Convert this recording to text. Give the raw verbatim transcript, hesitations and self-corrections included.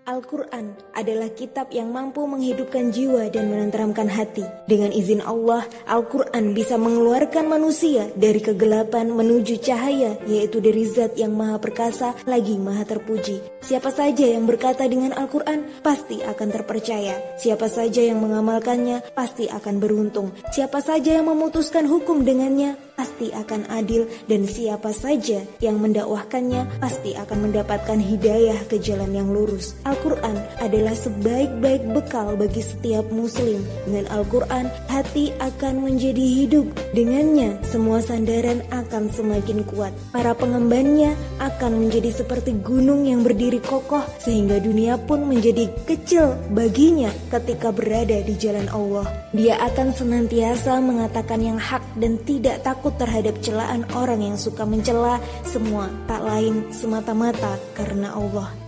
Al-Quran adalah kitab yang mampu menghidupkan jiwa dan menenteramkan hati. Dengan izin Allah, Al-Quran bisa mengeluarkan manusia dari kegelapan menuju cahaya, yaitu dari zat yang maha perkasa lagi maha terpuji. Siapa saja yang berkata dengan Al-Quran pasti akan terpercaya. Siapa saja yang mengamalkannya pasti akan beruntung. Siapa saja yang memutuskan hukum dengannya pasti akan adil, dan siapa saja yang mendakwahkannya pasti akan mendapatkan hidayah ke jalan yang lurus. Al-Quran adalah sebaik-baik bekal bagi setiap muslim. Dengan Al-Quran, hati akan menjadi hidup. Dengannya, semua sandaran akan semakin kuat. Para pengembannya akan menjadi seperti gunung yang berdiri kokoh, sehingga dunia pun menjadi kecil baginya ketika berada di jalan Allah. Dia akan senantiasa mengatakan yang hak dan tidak takut terhadap celaan orang yang suka mencela. Semua tak lain semata-mata karena Allah.